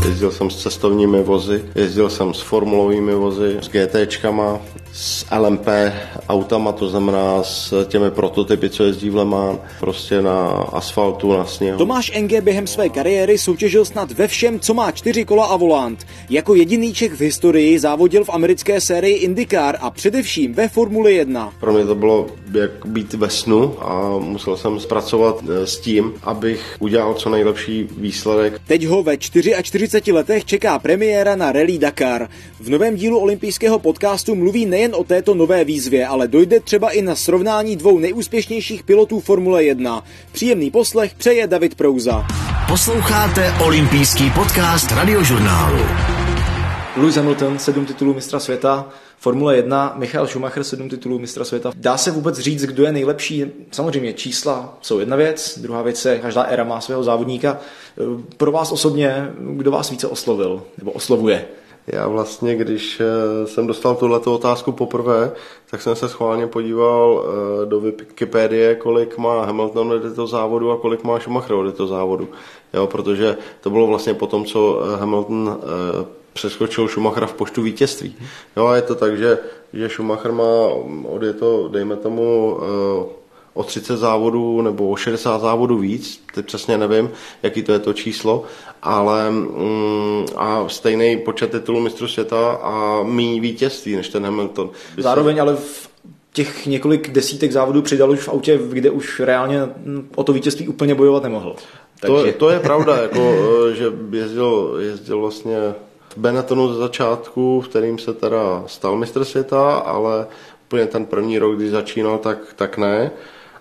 Jezdil jsem s cestovními vozy, jezdil jsem s formulovými vozy, s GTčkama, s LMP autama, to znamená s těmi prototypy, co jezdí v Le Mans, prostě na asfaltu, na sněhu. Tomáš Enge během své kariéry soutěžil snad ve všem, co má 4 kola a volant. Jako jediný Čech v historii závodil v americké sérii IndyCar a především ve Formuli 1. Pro mě to bylo jak být ve snu a musel jsem zpracovat s tím, abych udělal co nejlepší výsledek. Teď ho ve 44 letech čeká premiéra na Rallye Dakar. V novém dílu olympijského podcastu mluví nejen o této nové výzvě, ale dojde třeba i na srovnání 2 nejúspěšnějších pilotů Formule 1. Příjemný poslech přeje David Prouza. Posloucháte olympijský podcast Radiožurnálu. Lewis Hamilton 7 titulů mistra světa, Formule 1, Michael Schumacher 7 titulů mistra světa. Dá se vůbec říct, kdo je nejlepší? Samozřejmě čísla jsou jedna věc, druhá věc je, každá éra má svého závodníka. Pro vás osobně, kdo vás více oslovil nebo oslovuje? Já vlastně, když jsem dostal tuhletu otázku poprvé, tak jsem se schválně podíval do Wikipedie, kolik má Hamilton do této závodu a kolik má Schumacher do této závodu. Jo, protože to bylo vlastně po tom, co Hamilton přeskočil Schumachera v počtu vítězství. Jo, a je to tak, že Schumacher má odjeto, dejme tomu, o 30 závodů nebo o 60 závodů víc, teď přesně nevím, jaký to je to číslo, ale a stejný počet titulů mistru světa a méně vítězství než ten Hamilton. Zároveň ale v těch několik desítek závodů přidal už v autě, kde už reálně o to vítězství úplně bojovat nemohl. Takže... To je pravda, jako, že jezdil vlastně v Benettonu ze začátku, v kterým se teda stal mistr světa, ale úplně ten první rok, když začínal, tak ne.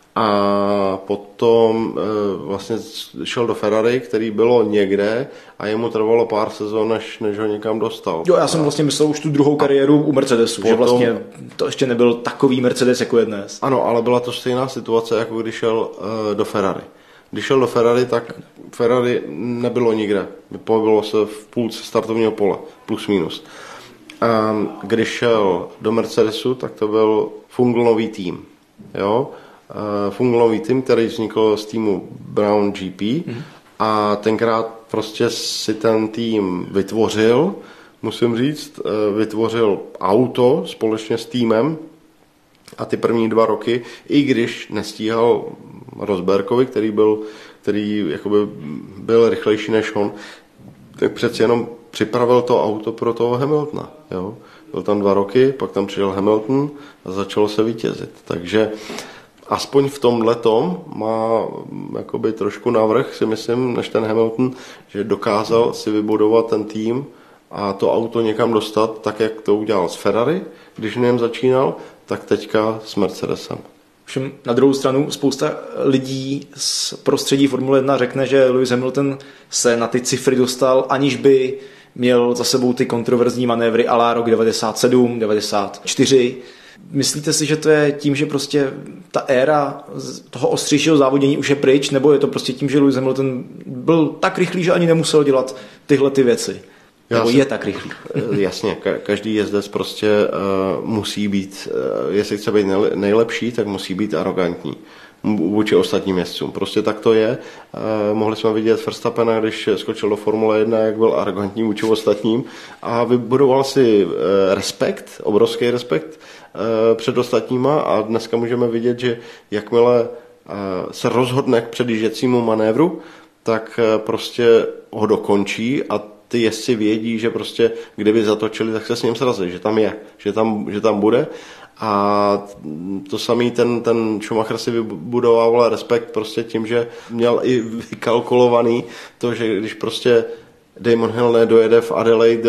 A potom vlastně šel do Ferrari, který bylo někde a jemu trvalo pár sezon, než ho někam dostal. Jo, já jsem vlastně myslel už tu druhou kariéru u Mercedesu, že vlastně to ještě nebyl takový Mercedes, jako je dnes. Ano, ale byla to stejná situace, jako když šel do Ferrari. Když šel do Ferrari, tak Ferrari nebylo nikde. Pohybilo se v půlce startovního pole, plus minus. A když šel do Mercedesu, tak to byl Funglový tým. Jo? Funglový tým, který vznikl z týmu Brown GP a tenkrát prostě si ten tým vytvořil, musím říct, vytvořil auto společně s týmem a ty první 2 roky, i když nestíhal Rosbergovi, který jakoby byl rychlejší než on, tak přeci jenom připravil to auto pro toho Hamiltona. Jo? Byl tam 2 roky, pak tam přijel Hamilton a začalo se vítězit. Takže aspoň v tomhletom má jakoby trošku navrch, si myslím, než ten Hamilton, že dokázal si vybudovat ten tým a to auto někam dostat, tak jak to udělal s Ferrari, když v něm začínal, tak teďka s Mercedesem. Všem na druhou stranu spousta lidí z prostředí Formule 1 řekne, že Lewis Hamilton se na ty cifry dostal, aniž by měl za sebou ty kontroverzní manévry a la rok 97, 94. Myslíte si, že to je tím, že prostě ta éra toho ostřejšího závodění už je pryč, nebo je to prostě tím, že Lewis Hamilton byl tak rychlý, že ani nemusel dělat tyhle ty věci? Nebo je tak rychlý? Jasně, každý jezdec prostě musí být, jestli chce být nejlepší, tak musí být arrogantní vůči ostatním jezdcům. Prostě tak to je. Mohli jsme vidět Verstappena, když skočil do Formule 1, jak byl arrogantní vůči ostatním a vybudoval si respekt, obrovský respekt před ostatníma a dneska můžeme vidět, že jakmile se rozhodne k předjížděcímu manévru, tak prostě ho dokončí a ty jezdci vědí, že prostě kdyby zatočili, tak se s ním srazí, že tam je, že tam bude. A to samý ten Schumacher si vybudoval respekt prostě tím, že měl i vykalkulovaný to, že když prostě Damon Hill nedojede v Adelaide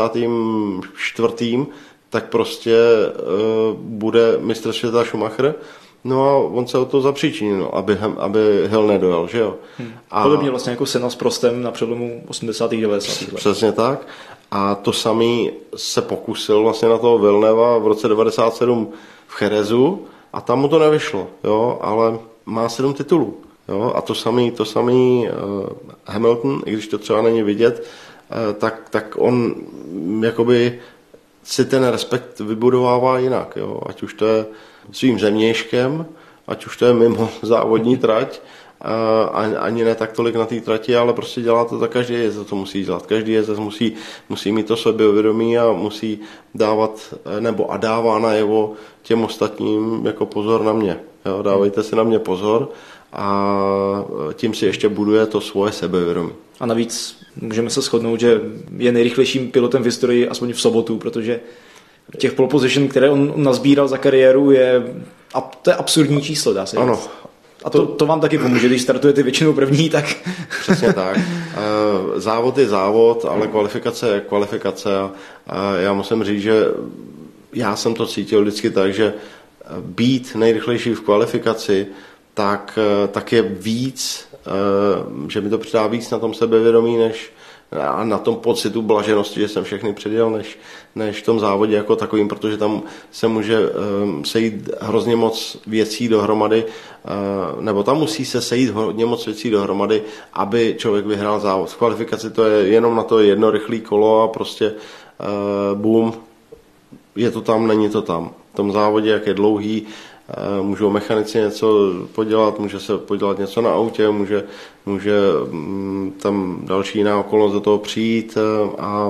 94., tak prostě bude mistr světa Schumacher. No a on se o to zapříčinil, aby Hill nedojel, že jo. Podobně vlastně jako Senna s Prostem na přelomu 80. 90. let. Přesně tak. A to samý se pokusil vlastně na toho Villeneva v roce 97 v Cherezu a tam mu to nevyšlo, jo, ale má 7 titulů. Jo, a to samý Hamilton, i když to třeba není vidět, tak on jakoby si ten respekt vybudovává jinak, jo, ať už to je svým zeměškem, ať už to je mimo závodní trať, ani ne tak tolik na té trati, ale prostě dělá to tak každý jezdec, to musí dělat. Každý jezdec musí mít to sebevědomí a musí dávat, nebo a dává najevo těm ostatním jako pozor na mě. Jo, dávejte si na mě pozor a tím si ještě buduje to svoje sebevědomí. A navíc můžeme se shodnout, že je nejrychlejším pilotem v historii, aspoň v sobotu, protože těch pole position, které on nazbíral za kariéru, to je absurdní číslo, dá se říct. Ano. A to vám taky pomůže, když startujete většinou první, tak... Přesně tak. Závod je závod, ale kvalifikace je kvalifikace. A já musím říct, že já jsem to cítil vždycky tak, že být nejrychlejší v kvalifikaci, tak je víc, že mi to přidá víc na tom sebevědomí, než a na tom pocitu blaženosti, že jsem všechny předjel, než v tom závodě jako takovým, protože tam se může sejít hrozně moc věcí dohromady, nebo tam musí se sejít hodně moc věcí dohromady, aby člověk vyhrál závod. V kvalifikaci to je jenom na to jedno rychlé kolo a prostě boom, je to tam, není to tam. V tom závodě, jak je dlouhý, můžou mechanici něco podělat, může se podělat něco na autě, může tam další jiná okolnost do toho přijít a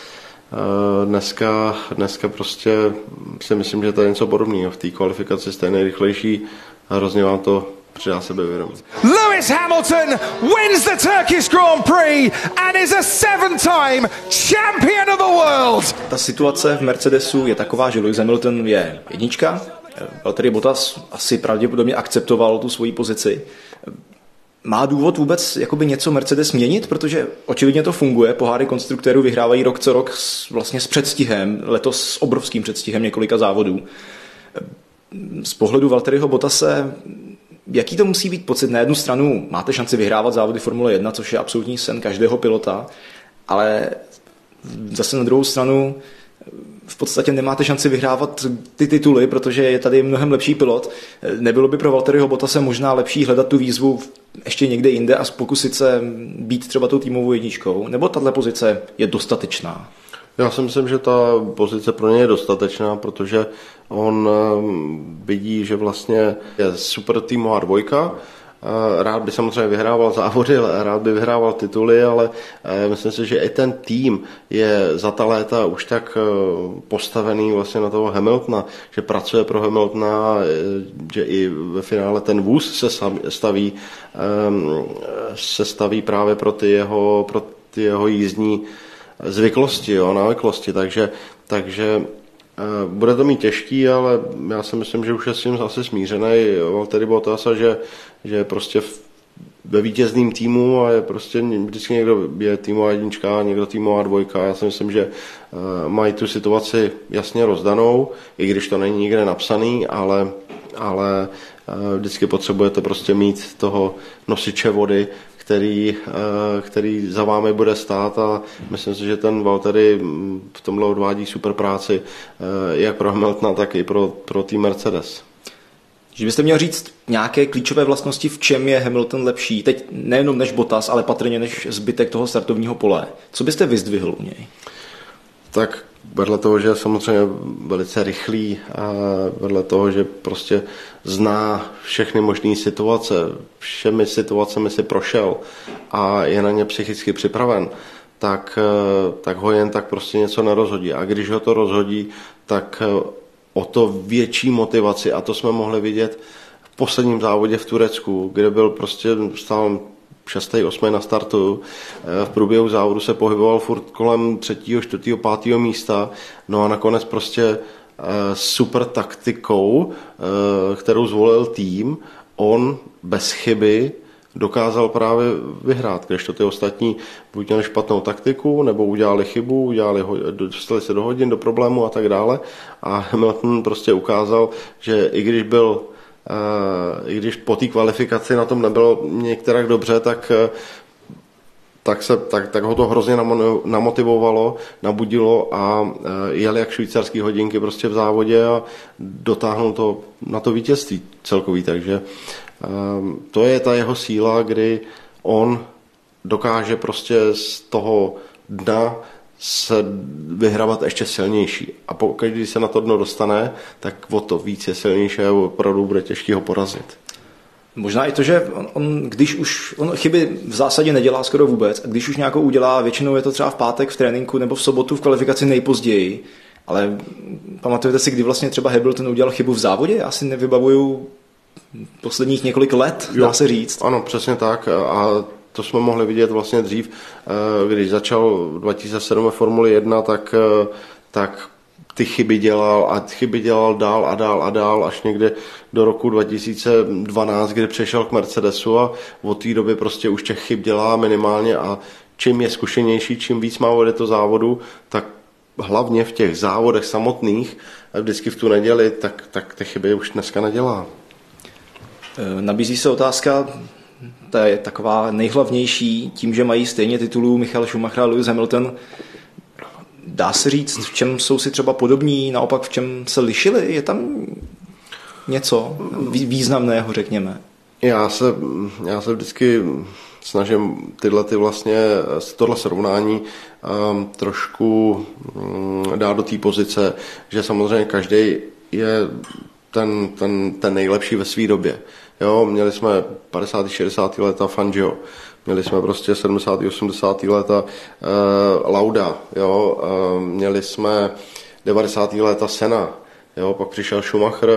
dneska prostě si myslím, že to je něco podobného. V té kvalifikaci jste nejrychlejší a hrozně vám to přidá sebevědomí. Lewis Hamilton wins the Turkish Grand Prix and is a 7-time champion of the world. Ta situace v Mercedesu je taková, že Lewis Hamilton je jednička, Valtteri Bottas asi pravděpodobně akceptoval tu svoji pozici. Má důvod vůbec jakoby něco Mercedes měnit, protože očividně to funguje, poháry konstruktérů vyhrávají rok co rok vlastně s předstihem, letos s obrovským předstihem několika závodů. Z pohledu Valtteriho Bottase, jaký to musí být pocit? Na jednu stranu máte šanci vyhrávat závody Formule 1, což je absolutní sen každého pilota, ale zase na druhou stranu v podstatě nemáte šanci vyhrávat ty tituly, protože je tady mnohem lepší pilot. Nebylo by pro Valtteriho Bottase možná lepší hledat tu výzvu ještě někde jinde a pokusit se být třeba tou týmovou jedničkou? Nebo tato pozice je dostatečná? Já si myslím, že ta pozice pro něj je dostatečná, protože on vidí, že vlastně je super týmová dvojka. Rád by samozřejmě vyhrával závody, rád by vyhrával tituly, ale myslím si, že i ten tým je za ta léta už tak postavený vlastně na toho Hamiltona, že pracuje pro Hamiltona, že i ve finále ten vůz se staví právě pro ty jeho jízdní zvyklosti, návyklosti, takže bude to mít těžký, ale já si myslím, že už je s tím asi smířený Valtteri Bottas, že je prostě ve vítězným týmu a je prostě vždycky někdo je týmová jednička, někdo týmová dvojka. Já si myslím, že mají tu situaci jasně rozdanou, i když to není nikde napsaný, ale vždycky potřebujete prostě mít toho nosiče vody, který za vámi bude stát a myslím si, že ten Valtteri v tomhle odvádí super práci jak pro Hamiltona, tak i pro tým Mercedes. Že byste měl říct nějaké klíčové vlastnosti, v čem je Hamilton lepší, teď nejenom než Bottas, ale patrně než zbytek toho startovního pole. Co byste vyzdvihl u něj? Tak vedle toho, že je samozřejmě velice rychlý a vedle toho, že prostě zná všechny možné situace, všemi situacemi si prošel a je na ně psychicky připraven, tak ho jen tak prostě něco nerozhodí. A když ho to rozhodí, tak o to větší motivaci, a to jsme mohli vidět v posledním závodě v Turecku, kde byl prostě stál 6., 8. na startu. V průběhu závodu se pohyboval furt kolem 3., 4., 5. místa. No a nakonec prostě super taktikou, kterou zvolil tým, on bez chyby dokázal právě vyhrát, když to ty ostatní buď měli špatnou taktiku, nebo udělali chybu, dostali se do hodin, do problému a tak dále. A Hamilton prostě ukázal, že i když po té kvalifikaci na tom nebylo některak dobře, tak ho to hrozně namotivovalo, nabudilo a jel jak švýcarský hodinky prostě v závodě a dotáhnul to na to vítězství celkový, takže to je ta jeho síla, kdy on dokáže prostě z toho dna se vyhrávat ještě silnější. A pokud když se na to dno dostane, tak o to víc je silnější a opravdu bude těžký ho porazit. Možná i to, že on chyby v zásadě nedělá skoro vůbec a když už nějakou udělá, většinou je to třeba v pátek v tréninku nebo v sobotu v kvalifikaci nejpozději. Ale pamatujete si, kdy vlastně třeba Hamilton udělal chybu v závodě? Já si nevybavuju posledních několik let, dá se říct. Ano, přesně tak. A to jsme mohli vidět vlastně dřív, když začal 2007 ve Formuli 1, tak ty chyby dělal dál, až někde do roku 2012, kdy přešel k Mercedesu a od té doby prostě už těch chyb dělá minimálně a čím je zkušenější, čím víc má odjeto závodu, tak hlavně v těch závodech samotných, vždycky v tu neděli, tak ty chyby už dneska nedělá. Nabízí se otázka, ta je taková nejhlavnější, tím, že mají stejně titulů Michael Schumacher a Lewis Hamilton. Dá se říct, v čem jsou si třeba podobní, naopak v čem se lišili? Je tam něco významného, řekněme? Já se vždycky snažím tohle srovnání trošku dát do té pozice, že samozřejmě každý je ten nejlepší ve své době. Jo, měli jsme 50. 60. leta Fangio, měli jsme prostě 70. 80. leta Lauda, jo, měli jsme 90. leta Senna, jo, pak přišel Schumacher,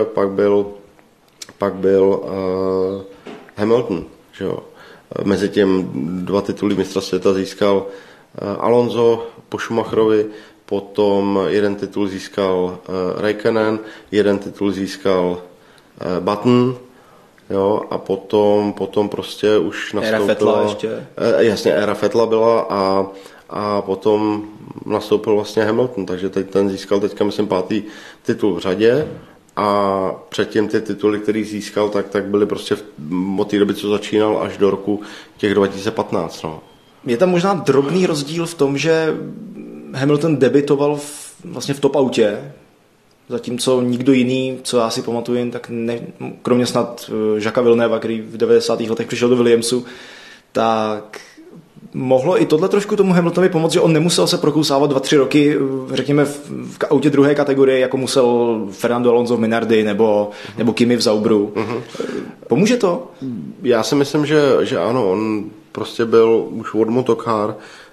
pak byl Hamilton, že jo. Mezi těm 2 tituly mistra světa získal Alonso po Schumacherovi, potom 1 titul získal Räikkönen, 1 titul získal Button, jo, a potom prostě už nastoupila... Éra Vettela ještě. Jasně, éra Vettela byla a potom nastoupil vlastně Hamilton, takže teď ten získal teďka, myslím, 5. titul v řadě a předtím ty tituly, který získal, tak byly prostě od té doby, co začínal, až do roku těch 2015. No. Je tam možná drobný rozdíl v tom, že Hamilton debitoval vlastně v top autě, zatímco nikdo jiný, co já si pamatuju, tak kromě snad Jacquesa Villeneuva, který v 90. letech přišel do Williamsu, tak mohlo i tohle trošku tomu Hamiltonovi pomoct, že on nemusel se prokousávat 2-3 roky, řekněme, v autě druhé kategorie, jako musel Fernando Alonso v Minardi nebo Kimi v Zaubru. Pomůže to? Já si myslím, že ano, on prostě byl už od Motocar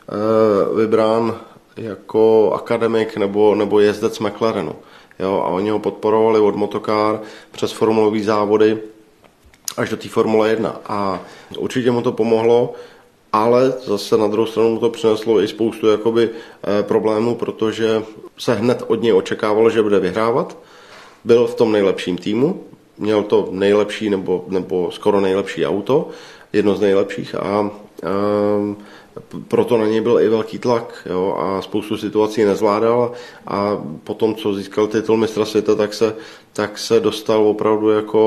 vybrán jako akademik nebo jezdec McLarenu. Jo, a oni ho podporovali od Motocar přes formulový závody až do té Formule 1. A určitě mu to pomohlo, ale zase na druhou stranu mu to přineslo i spoustu problémů, protože se hned od něj očekávalo, že bude vyhrávat. Byl v tom nejlepším týmu, měl to nejlepší nebo skoro nejlepší auto, jedno z nejlepších a proto na něj byl i velký tlak, jo, a spoustu situací nezvládal a potom, co získal titul mistra světa, tak se dostal opravdu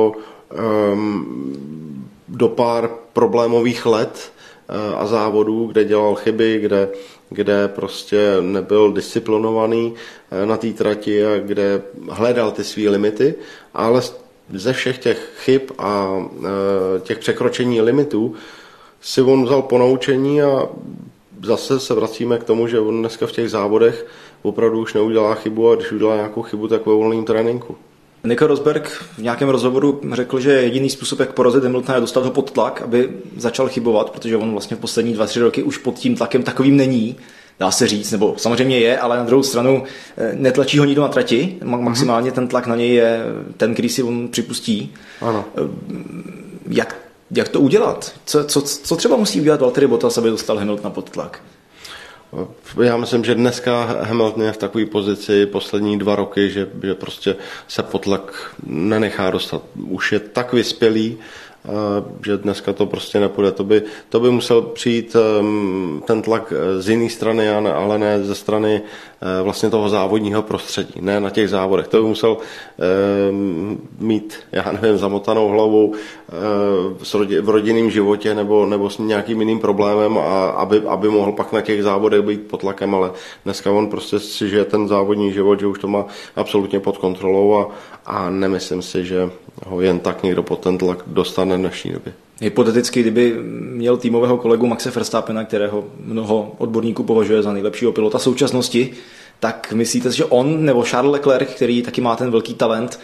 do pár problémových let a závodů, kde dělal chyby, kde prostě nebyl disciplinovaný na té trati a kde hledal ty své limity, ale ze všech těch chyb a těch překročení limitů si on vzal ponaučení a zase se vracíme k tomu, že on dneska v těch závodech opravdu už neudělá chybu a když udělá nějakou chybu, tak ve volném tréninku. Nico Rosberg v nějakém rozhovoru řekl, že jediný způsob, jak porazit Hamiltona, je dostat ho pod tlak, aby začal chybovat, protože on vlastně v poslední 2-3 roky už pod tím tlakem takovým není, dá se říct, nebo samozřejmě je, ale na druhou stranu netlačí ho nikdo na trati, maximálně ten tlak na něj je ten, který si on připustí. Ano. Jak to udělat? Co třeba musí udělat Valtteri Bottas, aby dostal Hamiltona pod tlak? Já myslím, že dneska Hamilton je v takové pozici poslední 2 roky, že prostě se pod tlak nenechá dostat. Už je tak vyspělý, že dneska to prostě nepůjde. To by musel přijít ten tlak z jiné strany, ale ne ze strany vlastně toho závodního prostředí, ne na těch závodech. To by musel mít, já nevím, zamotanou hlavou v rodinném životě nebo s nějakým jiným problémem, aby mohl pak na těch závodech být pod tlakem, ale dneska on prostě si žije ten závodní život, že už to má absolutně pod kontrolou a nemyslím si, že ho jen tak někdo pod ten tlak dostane v dnešní době. Hypoteticky, kdyby měl týmového kolegu Maxe Verstappena, kterého mnoho odborníků považuje za nejlepšího pilota současnosti, tak myslíte, že on nebo Charles Leclerc, který taky má ten velký talent,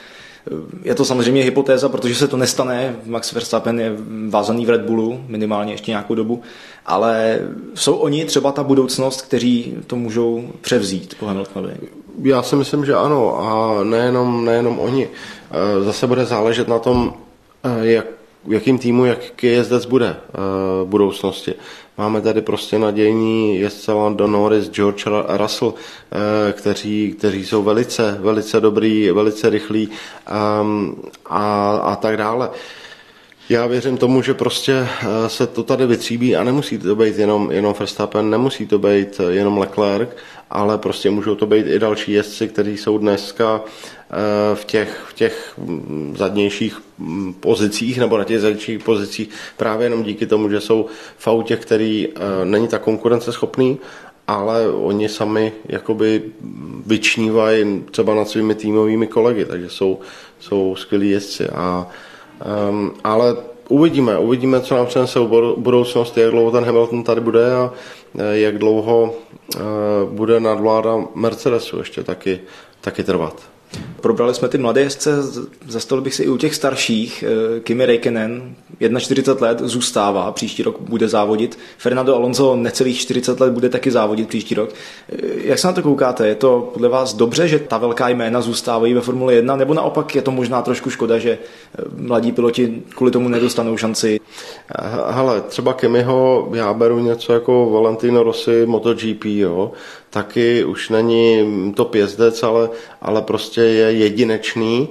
Je to samozřejmě hypotéza, protože se to nestane. Max Verstappen je vázaný v Red Bullu minimálně ještě nějakou dobu, ale jsou oni třeba ta budoucnost, kteří to můžou převzít po Hamiltonovi? Já si myslím, že ano, a nejenom oni. Zase bude záležet na tom, jakým týmu, jaký jezdec bude v budoucnosti. Máme tady prostě nadějní jezdce Lando Norris, George Russell, kteří jsou velice dobrý, velice rychlí a tak dále. Já věřím tomu, že prostě se to tady vytříbí a nemusí to být jenom Verstappen, nemusí to být jenom Leclerc, ale prostě můžou to být i další jezdci, kteří jsou dneska v těch zadnějších pozicích nebo na těch zadnějších pozicích právě jenom díky tomu, že jsou v autě, který není tak konkurenceschopný, ale oni sami jakoby vyčnívají třeba nad svými týmovými kolegy, takže jsou skvělí jezdci. Ale uvidíme, co nám přinese budoucnost, jak dlouho ten Hamilton tady bude a jak dlouho bude nadvláda Mercedesu ještě taky trvat. Probrali jsme ty mladé jezdce, zastavil bych si i u těch starších. Kimi Räikkönen, 41 let, zůstává, příští rok bude závodit. Fernando Alonso necelých 40 let bude taky závodit příští rok. Jak se na to koukáte? Je to podle vás dobře, že ta velká jména zůstávají ve Formule 1, nebo naopak je to možná trošku škoda, že mladí piloti kvůli tomu nedostanou šanci? Hele, třeba Kimiho já beru něco jako Valentino Rossi MotoGP, jo. Taky už není top jezdec, ale prostě je jedinečný,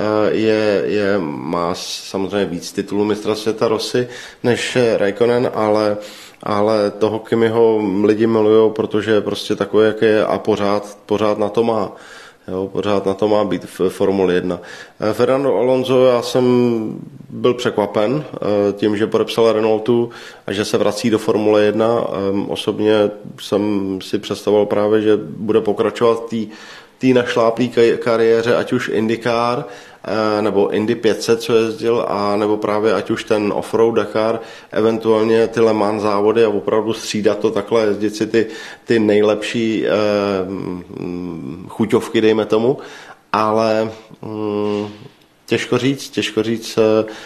má samozřejmě víc titulů mistra světa Rossi než Räikkönen, ale toho Kimiho lidi milujou, protože je prostě takový, jak je a pořád na to má. Jo, pořád na to má být v Formule 1. Fernando Alonso, já jsem byl překvapen tím, že podepsal Renaultu a že se vrací do Formule 1. Osobně jsem si představoval právě, že bude pokračovat té našláplý kariéře, ať už IndyCar, nebo Indy 500, co jezdil, a nebo právě ať už ten offroad Dakar, eventuálně ty Le Mans závody a opravdu střídat to takhle, jezdit si ty nejlepší chuťovky, dejme tomu, ale těžko říct,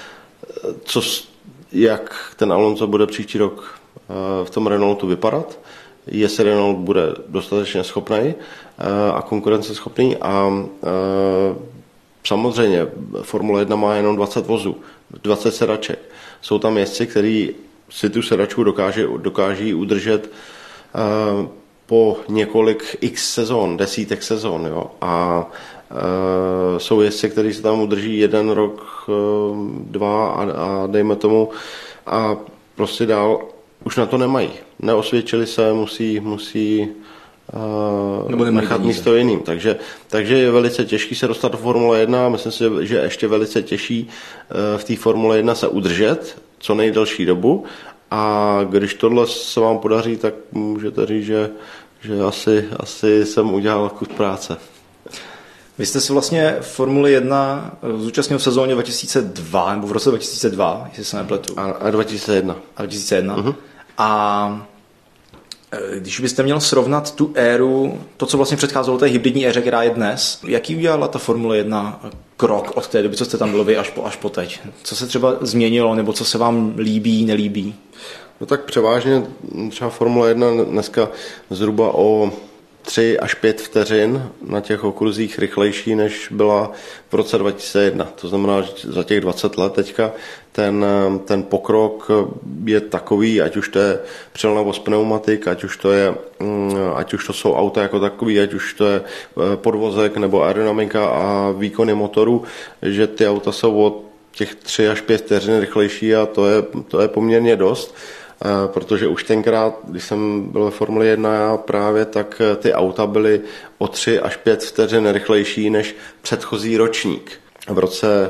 jak ten Alonso bude příští rok v tom Renaultu vypadat, jestli Renault bude dostatečně schopný a konkurenceschopný a samozřejmě Formule 1 má jenom 20 vozů, 20 sedaček. Jsou tam jezdci, kteří si tu sedačku dokáží udržet po několik desítek sezon. Jo? A jsou jezdci, kteří se tam udrží 1 rok, 2 a dejme tomu a prostě dál už na to nemají. Neosvědčili se, musí nechat místo jiným. Takže je velice těžký se dostat do Formule 1 a myslím si, že ještě velice těžší v té Formule 1 se udržet co nejdelší dobu a když tohle se vám podaří, tak můžete říct, že asi jsem udělal kus práce. Vy jste se vlastně v Formule 1 zúčastnil v sezóně 2002, nebo v roce 2002, jestli se nepletu. A 2001. A 2001. Uh-huh. A když byste měl srovnat tu éru, to, co vlastně předcházelo té hybridní éře, která je dnes, jaký udělala ta Formule 1 krok od té doby, co jste tam byl vy, až po teď? Co se třeba změnilo, nebo co se vám líbí, nelíbí? No tak převážně třeba Formule 1 dneska zhruba o 3 až 5 vteřin na těch okruzích rychlejší, než byla v roce 2001. To znamená, že za těch 20 let teďka ten pokrok je takový, ať už to je přilnavost pneumatik, ať už to jsou auta jako takový, ať už to je podvozek nebo aerodynamika a výkony motorů, že ty auta jsou o těch 3 až 5 vteřin rychlejší a to je poměrně dost. Protože už tenkrát, když jsem byl ve Formule 1 právě, tak ty auta byly o 3 až 5 vteřin rychlejší než předchozí ročník. V roce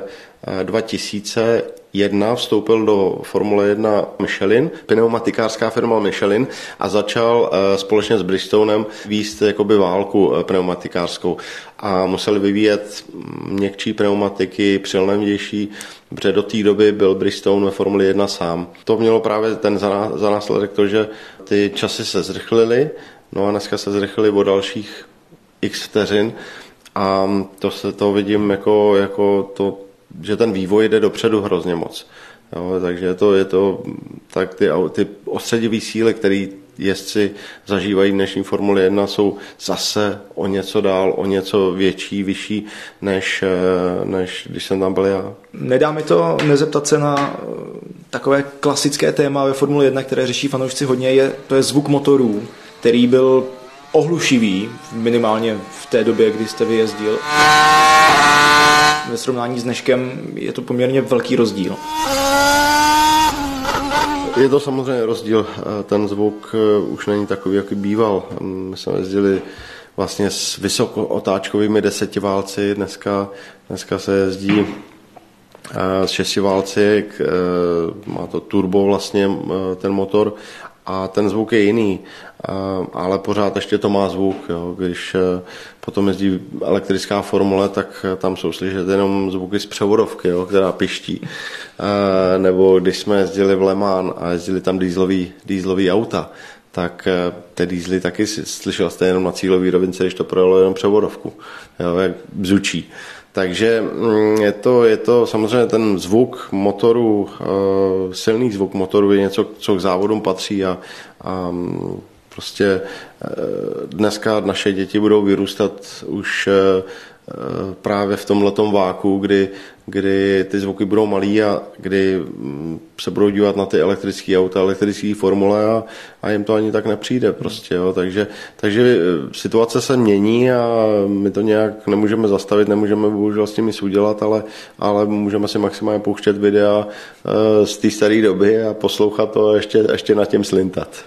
2001 vstoupil do Formule 1 Michelin, pneumatikářská firma Michelin, a začal společně s Bristonem vést jakoby válku pneumatikářskou. A museli vyvíjet měkčí pneumatiky, přilnavdější, protože do té doby byl Bridgestone ve Formuli 1 sám. To mělo právě ten za následek to, že ty časy se zrychlily, no a dneska se zrychlily o dalších x vteřin A to vidím jako to, že ten vývoj jde dopředu hrozně moc. Jo, takže je to tak ty ostředivé síly, které jezdci zažívají v dnešní Formuli 1, jsou zase o něco dál, o něco větší, vyšší, než když jsem tam byl já. Nedá mi to nezeptat se na takové klasické téma ve Formuli 1, které řeší fanoušci hodně, to je zvuk motorů, který byl ohlušivý, minimálně v té době, kdy jste vyjezdil. Ve srovnání s dneškem je to poměrně velký rozdíl. Je to samozřejmě rozdíl, ten zvuk už není takový, jaký býval. My jsme jezdili vlastně s vysokootáčkovými 10válci, dneska se jezdí s 6válci, má to turbo vlastně ten motor a ten zvuk je jiný, ale pořád ještě to má zvuk. Jo. Když potom jezdí elektrická formule, tak tam jsou slyšet jenom zvuky z převodovky, jo, která piští. Nebo když jsme jezdili v Le Mans a jezdili tam dieselový auta, tak ty diesely taky slyšel jste jenom na cílový rovince, když to projelo jenom převodovku, jo, jak bzučí. Takže je to samozřejmě ten zvuk motoru, silný zvuk motoru je něco, co k závodům patří a prostě dneska naše děti budou vyrůstat už právě v tomhletom váku, kdy ty zvuky budou malý a kdy se budou dívat na ty elektrické auta, elektrické formule a jim to ani tak nepřijde prostě, jo. Takže situace se mění a my to nějak nemůžeme zastavit, nemůžeme bohužel s tím nic udělat, ale můžeme si maximálně pouštět videa z té staré doby a poslouchat to a ještě nad tím slintat.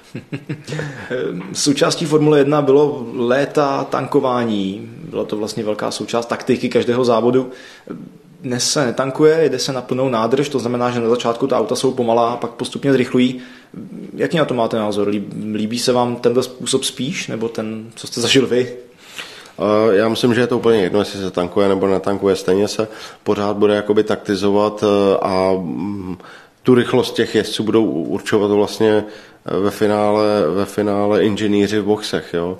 Součástí Formule 1 bylo léta tankování, byla to vlastně velká součást taktiky každého závodu. Dnes se netankuje, jede se na plnou nádrž, to znamená, že na začátku ta auta jsou pomalá a pak postupně zrychlují. Jaký na to máte názor? Líbí se vám tenhle způsob spíš, nebo ten, co jste zažil vy? Já myslím, že je to úplně jedno, jestli se tankuje nebo netankuje. Stejně se pořád bude jakoby taktizovat a tu rychlost těch jezdců budou určovat vlastně ve finále inženýři v boxech. Jo.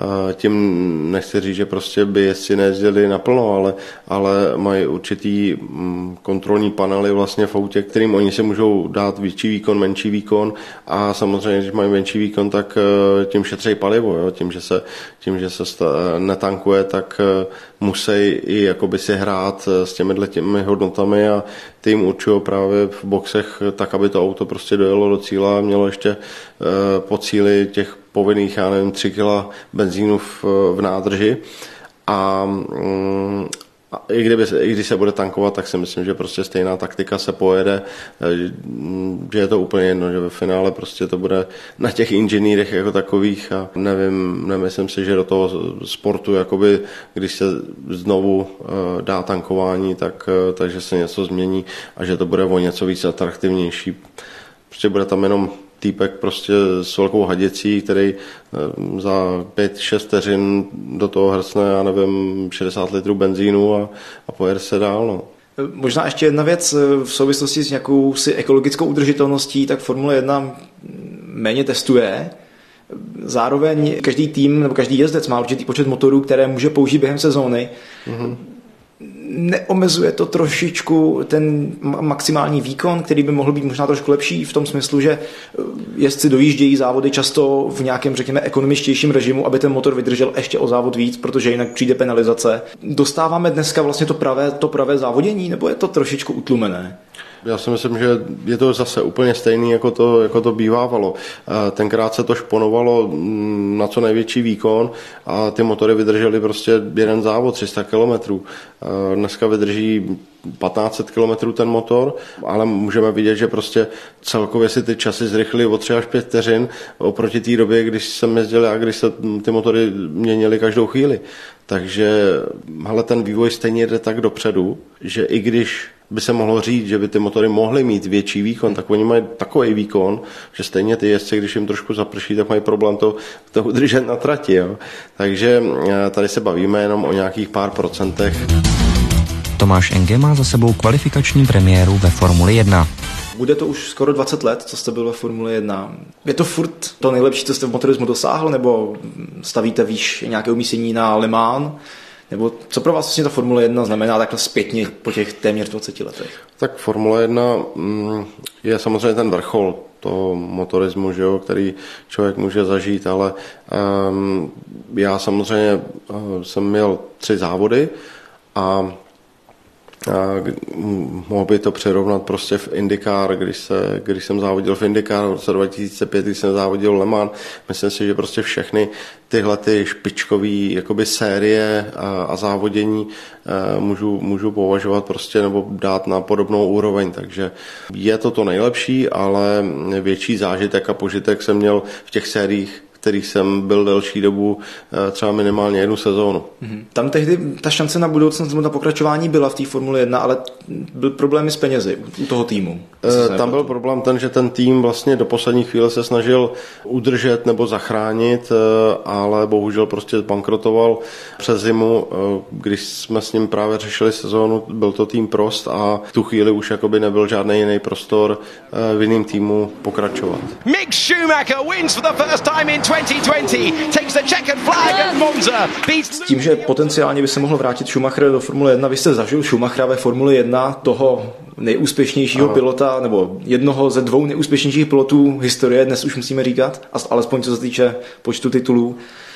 Tím nechci říct, že prostě by jezdci nejezdili naplno, ale mají určitý kontrolní panely vlastně v autě, kterým oni si můžou dát větší výkon, menší výkon a samozřejmě, když mají menší výkon, tak tím šetří palivo. Jo. Tím, že se netankuje, tak musí i jakoby si hrát s těmi hodnotami a ty jim určují právě v boxech tak, aby to auto prostě dojelo do cíle a mělo ještě po cíli těch povinných, 3 kg benzínu v nádrži a i když se bude tankovat, tak si myslím, že prostě stejná taktika se pojede, že je to úplně jedno, že ve finále prostě to bude na těch inženýrech jako takových a nemyslím si, že do toho sportu, jakoby, když se znovu dá tankování, takže se něco změní a že to bude o něco víc atraktivnější. Prostě bude tam jenom týpek prostě s velkou haděcí, který za 5-6 vteřin do toho hrcne, 60 litrů benzínu a pojede se dál. No. Možná ještě jedna věc v souvislosti s nějakou si ekologickou udržitelností, tak Formule 1 méně testuje. Zároveň každý tým nebo každý jezdec má určitý počet motorů, které může použít během sezóny. Mm-hmm. Neomezuje to trošičku ten maximální výkon, který by mohl být možná trošku lepší v tom smyslu, že jezdci dojíždějí závody často v nějakém, řekněme, ekonomičtějším režimu, aby ten motor vydržel ještě o závod víc, protože jinak přijde penalizace. Dostáváme dneska vlastně to pravé závodění, nebo je to trošičku utlumené? Já si myslím, že je to zase úplně stejný, jako to bývávalo. Tenkrát se to šponovalo na co největší výkon a ty motory vydržely prostě jeden závod, 300 km. Dneska vydrží 1500 km ten motor, ale můžeme vidět, že prostě celkově si ty časy zrychlily o 3 až 5 vteřin oproti té době, když jsem jezdil a když se ty motory měnily každou chvíli. Takže ten vývoj stejně jde tak dopředu, že i když by se mohlo říct, že by ty motory mohly mít větší výkon, tak oni mají takový výkon, že stejně ty jezdci, když jim trošku zaprší, tak mají problém to udržet na trati. Jo. Takže tady se bavíme jenom o nějakých pár procentech. Tomáš Enge má za sebou kvalifikační premiéru ve Formuli 1. Bude to už skoro 20 let, co jste byl ve Formuli 1. Je to furt to nejlepší, co jste v motorismu dosáhl, nebo stavíte výš nějaké umístění na Le Mans, Nebo co pro vás vlastně ta Formule 1 znamená takhle zpětně po těch téměř 20 letech? Tak Formule 1 je samozřejmě ten vrchol toho motorismu, že jo, který člověk může zažít, ale já samozřejmě jsem měl 3 závody a mohl by to přirovnat prostě v IndyCar, když jsem závodil v IndyCar v roce 2005, když jsem závodil Le Mans. Myslím si, že prostě všechny tyhle ty špičkový jakoby série a závodění můžu považovat prostě nebo dát na podobnou úroveň, takže je to nejlepší, ale větší zážitek a požitek jsem měl v těch sériích, kterých jsem byl delší dobu, třeba minimálně 1 sezónu. Tam tehdy ta šance na budoucnost, na pokračování byla v té Formule 1, ale byl problémy s penězi u toho týmu. Tam byl problém ten, že ten tým vlastně do poslední chvíle se snažil udržet nebo zachránit, ale bohužel prostě zbankrotoval přes zimu, když jsme s ním právě řešili sezónu, byl to tým Prost a v tu chvíli už jakoby nebyl žádný jiný prostor v jiném týmu pokračovat. Mick Schumacher wins for the first time in 2020, takes the checkered flag at Monza. S tím, že potenciálně by se mohl vrátit Schumacher do Formule 1, vy jste zažil Schumachera ve Formule 1, toho nejúspěšnějšího pilota, nebo jednoho ze 2 nejúspěšnějších pilotů historie, dnes už musíme říkat, alespoň co se týče počtu titulů.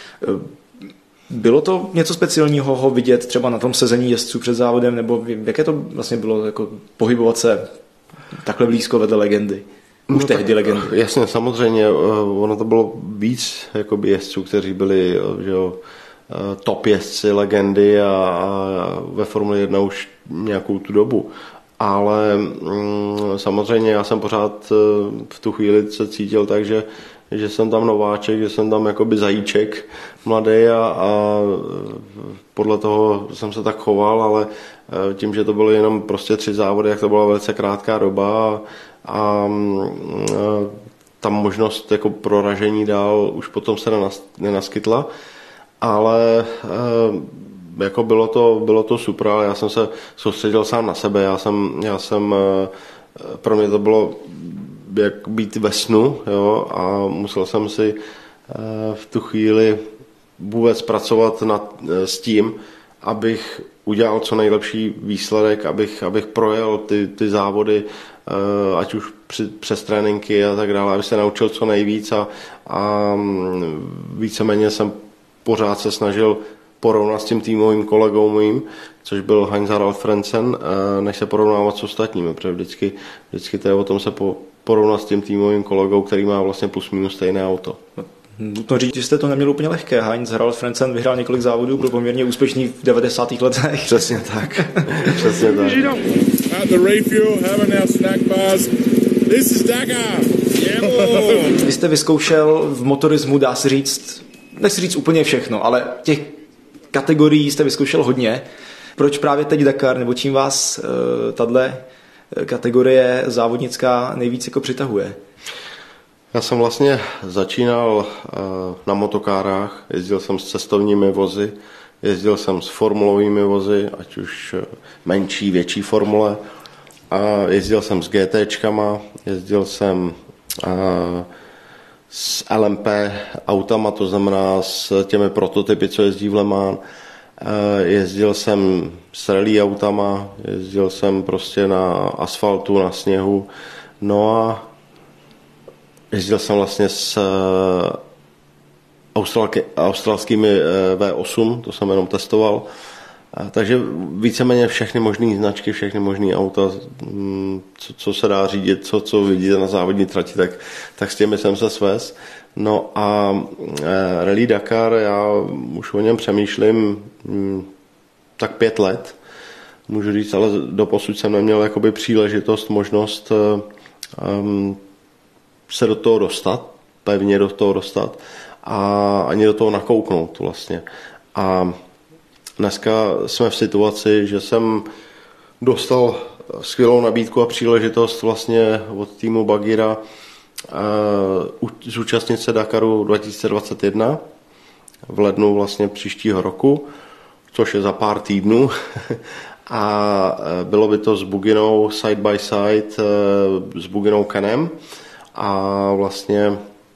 Bylo to něco speciálního ho vidět třeba na tom sezení jezdců před závodem, nebo jaké to vlastně bylo jako pohybovat se takhle blízko vedle legendy? Už tehdy legendy. Jasně, samozřejmě, ono to bylo víc jakoby jezdců, kteří byli, že jo, top jezdci, legendy a ve Formule 1 už nějakou tu dobu. Ale samozřejmě já jsem pořád v tu chvíli se cítil tak, že jsem tam nováček, že jsem tam jakoby zajíček mladý a podle toho jsem se tak choval, ale tím, že to byly jenom prostě 3 závody, jak to byla velice krátká doba a ta možnost jako proražení dál už potom se nenaskytla, ale jako bylo to super, ale já jsem se soustředil sám na sebe, já jsem pro mě to bylo jak být ve snu, jo, a musel jsem si v tu chvíli vůbec pracovat s tím, abych udělal co nejlepší výsledek, abych projel ty závody, ať už přes tréninky a tak dále, aby se naučil co nejvíc a víceméně jsem pořád se snažil porovnat s tím týmovým kolegou mým, což byl Heinz-Harald Frentzen, než se porovnávat s ostatními, protože vždycky to je o tom se porovnat s tím týmovým kolegou, který má vlastně plus minus stejné auto. Nutno říct, že jste to neměl úplně lehké. Heinz-Harald Frentzen vyhrál několik závodů, byl poměrně úspěšný v 90. letech. Přesně tak. Přesně tak. Vy jste vyzkoušel v motorismu, dá se říct, nechci říct úplně všechno, ale těch kategorií jste vyzkoušel hodně. Proč právě teď Dakar, nebo čím vás tahle kategorie závodnická nejvíc jako přitahuje? Já jsem vlastně začínal na motokárách, jezdil jsem s cestovními vozy, jezdil jsem s formulovými vozy, ať už menší, větší formule, a jezdil jsem s GTčkama, jezdil jsem s LMP autama, to znamená s těmi prototypy, co jezdí v Le Mans. Jezdil jsem s rally autama, jezdil jsem prostě na asfaltu, na sněhu, no a jezdil jsem vlastně s australskými V8, to jsem jenom testoval. Takže víceméně všechny možné značky, všechny možné auta, co se dá řídit, co vidíte na závodní trati, tak s těmi jsem se svez. No a Rally Dakar, já už o něm přemýšlím tak 5 let, můžu říct, ale doposud jsem neměl jakoby příležitost, možnost se do toho dostat, pevně do toho dostat a ani do toho nakouknout vlastně. A dneska jsme v situaci, že jsem dostal skvělou nabídku a příležitost vlastně od týmu Bagira zúčastnit se Dakaru 2021 v lednu vlastně příštího roku, což je za pár týdnů. A bylo by to s Buginou side by side, s Buginou Canem. A vlastně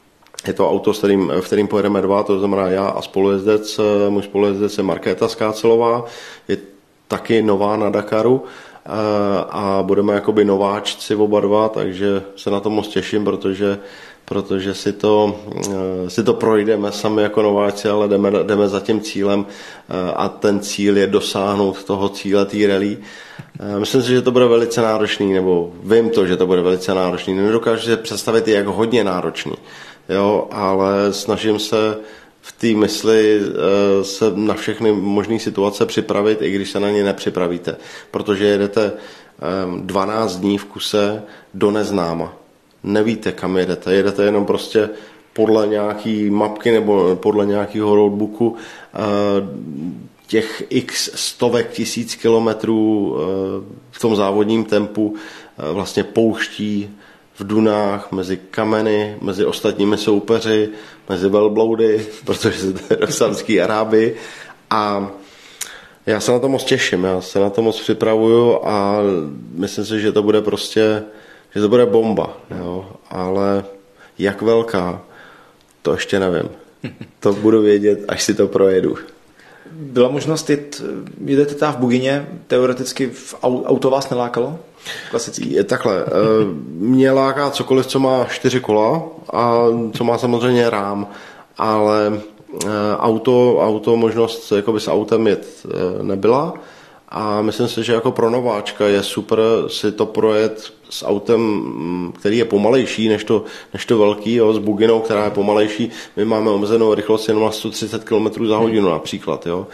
Je to auto, v kterým pojedeme dva, to znamená já a spolujezdec. Můj spolujezdec je Markéta Skácelová, je taky nová na Dakaru a budeme jakoby nováčci oba dva, takže se na to moc těším, protože si to projdeme sami jako nováčci, ale jdeme za tím cílem a ten cíl je dosáhnout toho cíle té rally. Myslím si, že to bude velice náročný, nebo vím to, že to bude velice náročný. Nedokážu si představit, jak hodně náročný, jo, ale snažím se v té mysli se na všechny možné situace připravit, i když se na ně nepřipravíte, protože jedete 12 dní v kuse do neznáma. Nevíte, kam jedete jenom prostě podle nějaký mapky nebo podle nějakého roadbooku těch x stovek tisíc kilometrů v tom závodním tempu vlastně pouští v dunách, mezi kameny, mezi ostatními soupeři, mezi velbloudy, protože jste do Saudské Arábii a já se na to moc těším, já se na to moc připravuju a myslím si, že to bude že to bude bomba, jo? Ale jak velká, to ještě nevím. To budu vědět, až si to projedu. Byla možnost jedete tam v Bugině, teoreticky auto vás nelákalo? Klasický. Je takhle, mě láká cokoliv, co má 4 kola a co má samozřejmě rám, ale auto možnost jakoby s autem jet nebyla a myslím si, že jako pro nováčka je super si to projet s autem, který je pomalejší než to velký, jo, s Buginou, která je pomalejší. My máme omezenou rychlost jenom na 130 km za hodinu například, jo.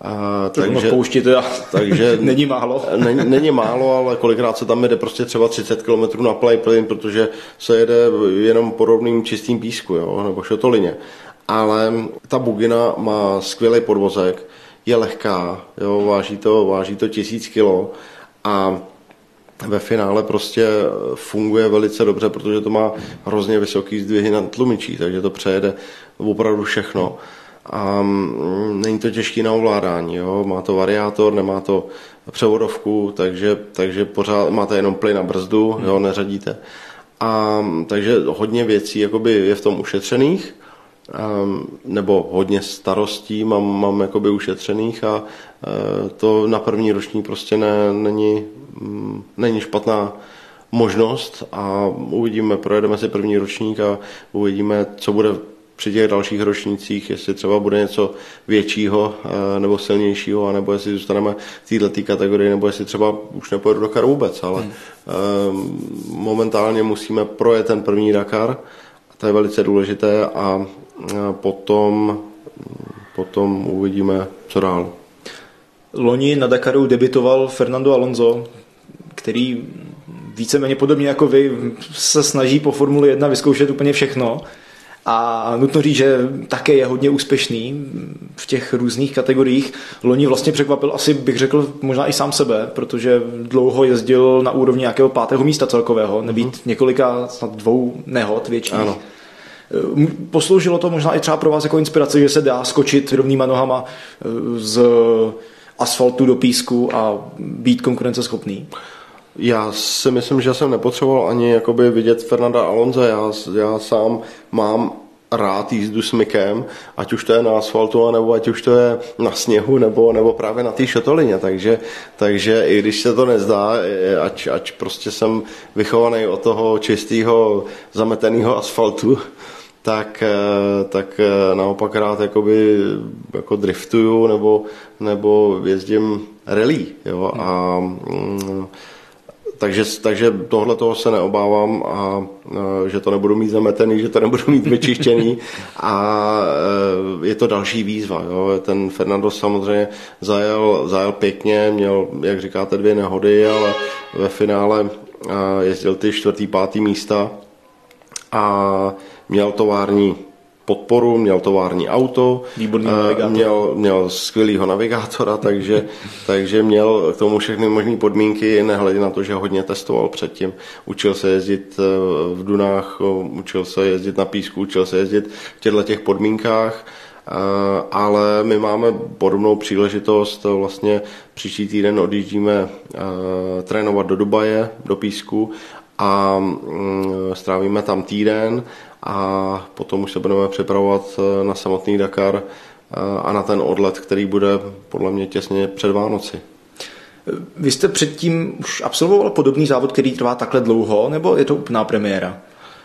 Takže není málo. Není málo, ale kolikrát se tam jede prostě třeba 30 km na plyn, protože se jede jenom po rovným čistým písku, jo, nebo šotolině. Ale ta Bugina má skvělý podvozek, je lehká, jo, váží to 1000 kg a ve finále prostě funguje velice dobře, protože to má hrozně vysoký zdvihy na tlumičí, takže to přejede opravdu všechno. A není to těžký na ovládání, jo? Má to variátor, nemá to převodovku, takže pořád máte jenom plyn a brzdu, jo? Neřadíte. A takže hodně věcí jakoby je v tom ušetřených, nebo hodně starostí mám jakoby ušetřených a to na první ročník prostě není špatná možnost a uvidíme, projedeme si první ročník a uvidíme, co bude při těch dalších ročnících, jestli třeba bude něco většího nebo silnějšího, anebo jestli zůstaneme v této kategorii, nebo jestli třeba už nepojedu Dakar vůbec, ale momentálně musíme projet ten první Dakar, a to je velice důležité a potom uvidíme, co dál. Loni na Dakaru debitoval Fernando Alonso, který víceméně podobně jako vy se snaží po Formuli 1 vyzkoušet úplně všechno. A nutno říct, že také je hodně úspěšný v těch různých kategoriích. Loni vlastně překvapil asi, bych řekl, možná i sám sebe, protože dlouho jezdil na úrovni nějakého 5. místa celkového, nebýt několika, snad 2 nehod větších. Ano. Posloužilo to možná i třeba pro vás jako inspirace, že se dá skočit rovnýma nohama z asfaltu do písku a být konkurenceschopný? Já si myslím, že jsem nepotřeboval ani jakoby vidět Fernanda Alonso. Já sám mám rád jízdu s Mikem, ať už to je na asfaltu, nebo ať už to je na sněhu, nebo právě na té šotolině. Takže i když se to nezdá, ať prostě jsem vychovaný od toho čistého zameteného asfaltu, tak naopak rád jako driftuju nebo jezdím rally. Jo? A takže tohle toho se neobávám a že to nebudu mít zametený, že to nebudu mít vyčištěný a je to další výzva. Jo. Ten Fernando samozřejmě zajel pěkně, měl, jak říkáte, 2 nehody, ale ve finále jezdil ty 4., 5. místa a měl tovární podporu, měl tovární auto, měl skvělýho navigátora, takže měl k tomu všechny možné podmínky, nehledě na to, že hodně testoval předtím. Učil se jezdit v dunách, učil se jezdit na písku, učil se jezdit v těchto podmínkách, ale my máme podobnou příležitost. Vlastně příští týden odjíždíme trénovat do Dubaje, do písku a strávíme tam týden a potom už se budeme připravovat na samotný Dakar a na ten odlet, který bude podle mě těsně před Vánoci. Vy jste předtím už absolvoval podobný závod, který trvá takhle dlouho, nebo je to úplná premiéra?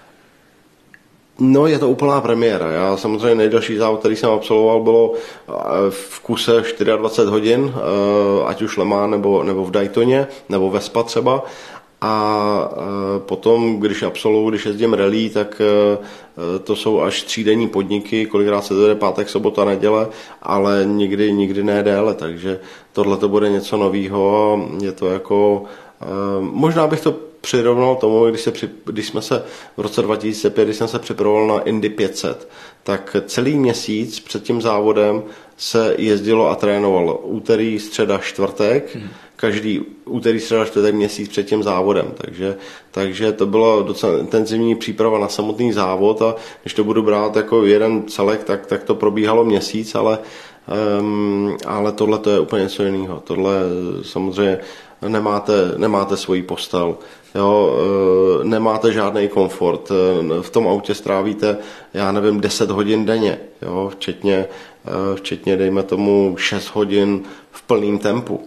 No, je to úplná premiéra. Já samozřejmě nejdelší závod, který jsem absolvoval, bylo v kuse 24 hodin, ať už Le Mans nebo v Daytoně, nebo ve Spa třeba. A potom, když jezdím rally, tak to jsou až 3denní podniky, kolikrát se to jde pátek, sobota, neděle, ale nikdy ne déle, takže tohle to bude něco novýho. Je to jako, možná bych to přirovnal tomu, když jsme se v roce 2005, když jsem se připravoval na Indy 500, tak celý měsíc před tím závodem se jezdilo a trénovalo. Úterý, středa, čtvrtek, každý úterý, středa, čtvrtek měsíc před tím závodem. Takže to byla docela intenzivní příprava na samotný závod a když to budu brát jako jeden celek, tak to probíhalo měsíc, ale tohle to je úplně něco jiného. Tohle samozřejmě nemáte svoji postel, jo, nemáte žádný komfort, v tom autě strávíte, 10 hodin denně, jo, včetně dejme tomu 6 hodin v plném tempu.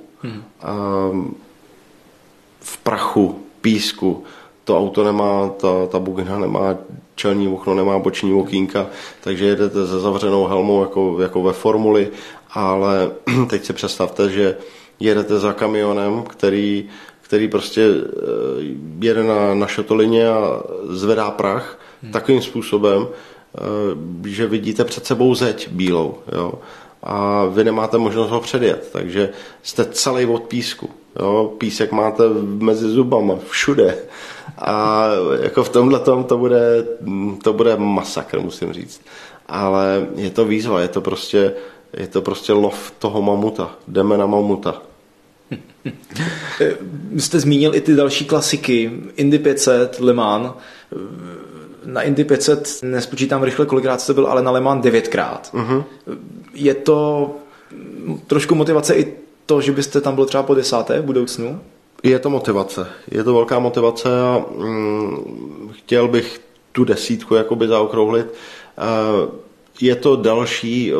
V prachu, písku, to auto nemá, ta bugina nemá čelní okno, nemá boční okýnka, takže jedete se zavřenou helmou jako ve formuli, ale teď si představte, že jedete za kamionem, který prostě jede na šotolině a zvedá prach takovým způsobem, že vidíte před sebou zeď bílou, jo? A vy nemáte možnost ho předjet, takže jste celý od písku. Jo? Písek máte mezi zubama, všude. A jako v tomhletom to bude masakr, musím říct. Ale je to výzva, je to prostě lov toho mamuta. Jdeme na mamuta. Jste zmínil i ty další klasiky, Indy 500, Le Mans. Na Indy 500 nespočítám rychle, kolikrát jste byl, ale na Le Mans 9krát. Je to trošku motivace i to, že byste tam byl třeba po 10. v budoucnu? Je to motivace. Je to velká motivace a chtěl bych tu 10 jakoby zaokrouhlit. Je to další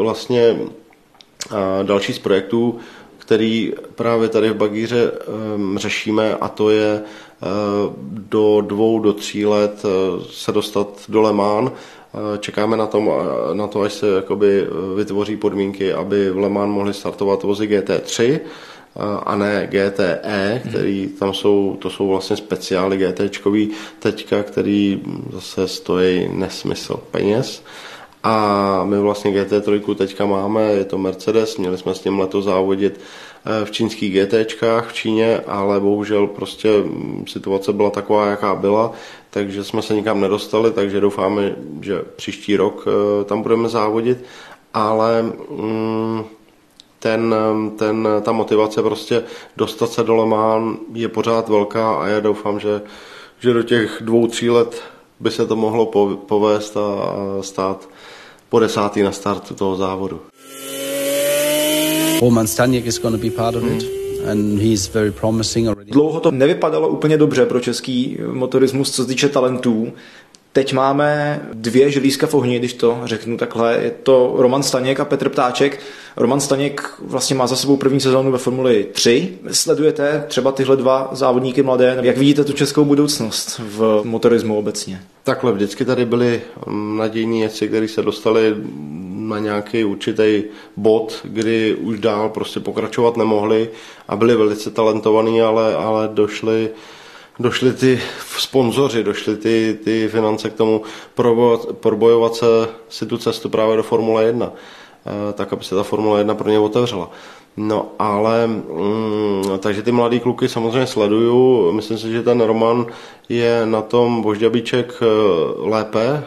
z projektů, který právě tady v Bagíře řešíme, a to je do 2 do 3 let se dostat do Le Mans. Čekáme na to, až se jakoby vytvoří podmínky, aby v Le Mans mohli startovat vozy GT3 a ne GTE, který tam to jsou vlastně speciály GTčkový teďka, který zase stojí nesmysl peněz. A my vlastně GT3 teďka máme, je to Mercedes, měli jsme s tím letos závodit v čínských GTčkách v Číně, ale bohužel prostě situace byla taková, jaká byla, takže jsme se nikam nedostali, takže doufáme, že příští rok tam budeme závodit, ale ta motivace prostě dostat se do Le Mans je pořád velká a já doufám, že do těch 2-3 let by se to mohlo povést a stát po 10. na startu toho závodu. Roman Staněk is going to be part of it and he's very promising already. Dlouho to nevypadalo úplně dobře pro český motorismus, co se týče talentů. Teď máme 2 želízka v ohni, když to řeknu takhle. Je to Roman Staněk a Petr Ptáček. Roman Staněk vlastně má za sebou první sezónu ve Formuli 3. Sledujete třeba tyhle 2 závodníky mladé? Jak vidíte tu českou budoucnost v motorismu obecně? Takhle, vždycky tady byli nadějní jezdci, kteří se dostali na nějaký určitý bod, kdy už dál prostě pokračovat nemohli a byli velice talentovaní, ale došli ty sponzoři, došly ty finance k tomu probojovat si tu cestu právě do Formule 1, tak aby se ta Formule 1 pro ně otevřela. No ale, takže ty mladý kluky samozřejmě sleduju, myslím si, že ten Roman je na tom Vožďabíček lépe,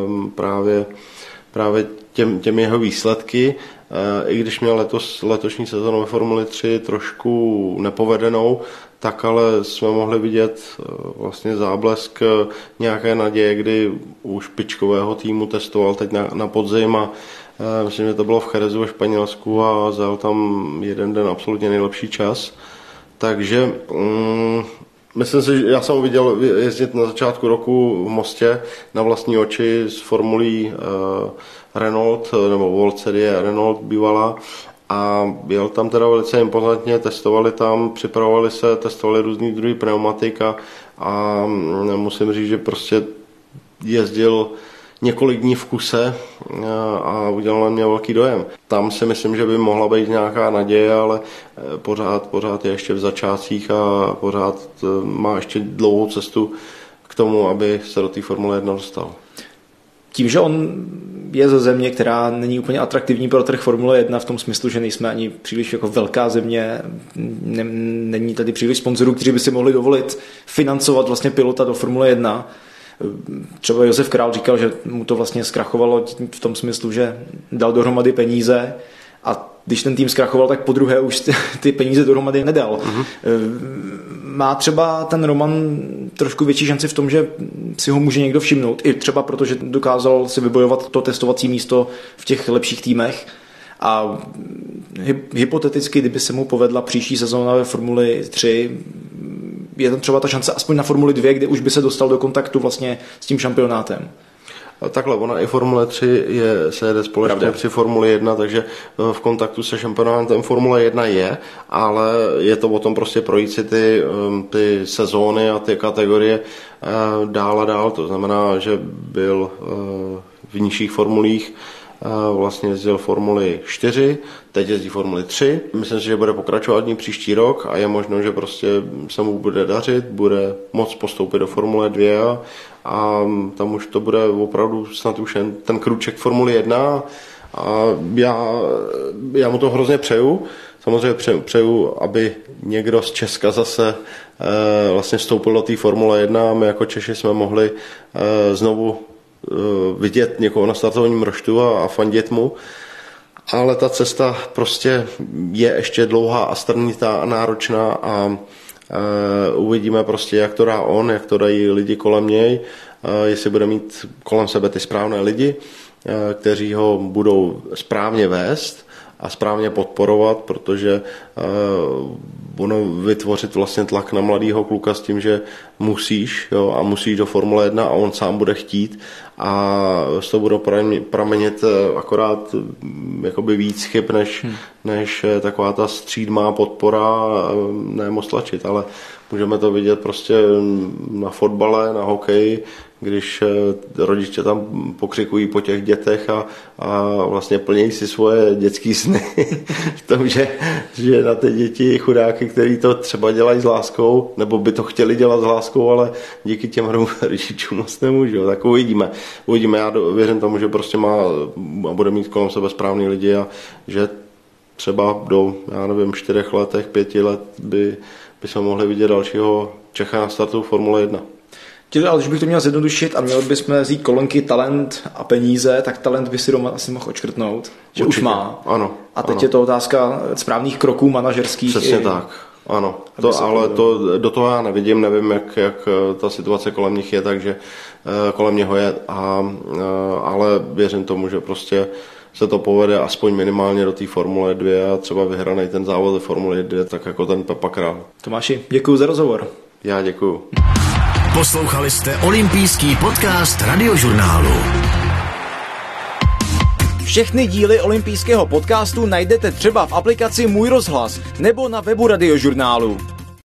právě těmi jeho výsledky, i když měl letošní sezonu ve Formuli 3 trošku nepovedenou, tak ale jsme mohli vidět vlastně záblesk nějaké naděje, kdy u špičkového týmu testoval teď na podzim a myslím, že to bylo v Cherezu ve Španělsku a zajel tam jeden den absolutně nejlepší čas. Takže Myslím si, že já jsem ho viděl jezdit na začátku roku v Mostě na vlastní oči s formulí Renault, nebo World Series Renault bývalá, a jel tam teda velice impozantně, testovali tam, připravovali se, testovali různý druhý pneumatik a musím říct, že prostě jezdil několik dní v kuse a udělal na mě velký dojem. Tam si myslím, že by mohla být nějaká naděje, ale pořád je ještě v začátcích a pořád má ještě dlouhou cestu k tomu, aby se do té Formule 1 dostal. Tím, že on je ze země, která není úplně atraktivní pro trh Formule 1 v tom smyslu, že nejsme ani příliš jako velká země, není tady příliš sponzorů, kteří by si mohli dovolit financovat vlastně pilota do Formule 1. Třeba Josef Král říkal, že mu to vlastně zkrachovalo v tom smyslu, že dal dohromady peníze a když ten tým zkrachoval, tak po druhé už ty peníze dohromady nedal. Má třeba ten Roman trošku větší šanci v tom, že si ho může někdo všimnout, i třeba proto, že dokázal si vybojovat to testovací místo v těch lepších týmech a hypoteticky, kdyby se mu povedla příští sezóna ve Formuli 3, je tam třeba ta šance aspoň na Formuli 2, kde už by se dostal do kontaktu vlastně s tím šampionátem. Takhle, ona i Formule 3 se jede společně při Formuli 1, takže v kontaktu se šampionátem Formule 1 je, ale je to o tom prostě projít si ty sezóny a ty kategorie dál a dál. To znamená, že byl v nižších formulích, vlastně jezdil Formuli 4, teď jezdí Formuli 3. Myslím si, že bude pokračovat dní příští rok a je možno, že prostě se mu bude dařit, bude moct postoupit do Formule 2 a tam už to bude opravdu snad už jen ten krůček Formuli 1 a já mu to hrozně přeju. Samozřejmě přeju, aby někdo z Česka zase vlastně vstoupil do té Formule 1 a my jako Češi jsme mohli znovu vidět někoho na startovním roštu a fandit mu, ale ta cesta prostě je ještě dlouhá a strnitá a náročná a uvidíme prostě, jak to dá on, jak to dají lidi kolem něj, jestli bude mít kolem sebe ty správné lidi, kteří ho budou správně vést a správně podporovat, protože ono vytvořit vlastně tlak na mladýho kluka s tím, že musíš, jo, a musíš do Formule 1 a on sám bude chtít a z toho budou pramenit akorát jakoby víc chyb, než taková ta střídmá podpora, ne moc tlačit, ale můžeme to vidět prostě na fotbale, na hokeji, když rodiče tam pokřikují po těch dětech a vlastně plnějí si svoje dětské sny v tom, že na ty děti chudáky, který to třeba dělají s láskou, nebo by to chtěli dělat s láskou, ale díky těm rodičům moc nemůžou. Tak uvidíme. Já věřím tomu, že prostě bude mít kolem sebe správný lidi a že třeba do, 4 letech, 5 let by jsme mohli vidět dalšího Čecha na startu Formule 1. Ale když bych to měl zjednodušit a měli bychom vzít kolonky talent a peníze, tak talent by si Roman asi mohl odškrtnout, že určitě už má. Ano. A teď je to otázka správných kroků manažerských. Přesně tak. Ano, ale do toho já nevím, jak ta situace kolem nich je, takže kolem něho je, ale věřím tomu, že prostě se to povede aspoň minimálně do té Formule 2 a třeba vyhranej ten závod ve Formule 2, tak jako ten Pepa Král. Tomáši, děkuji za rozhovor. Já děkuju. Poslouchali jste olympijský podcast Radiožurnálu. Všechny díly olympijského podcastu najdete třeba v aplikaci Můj rozhlas nebo na webu Radiožurnálu.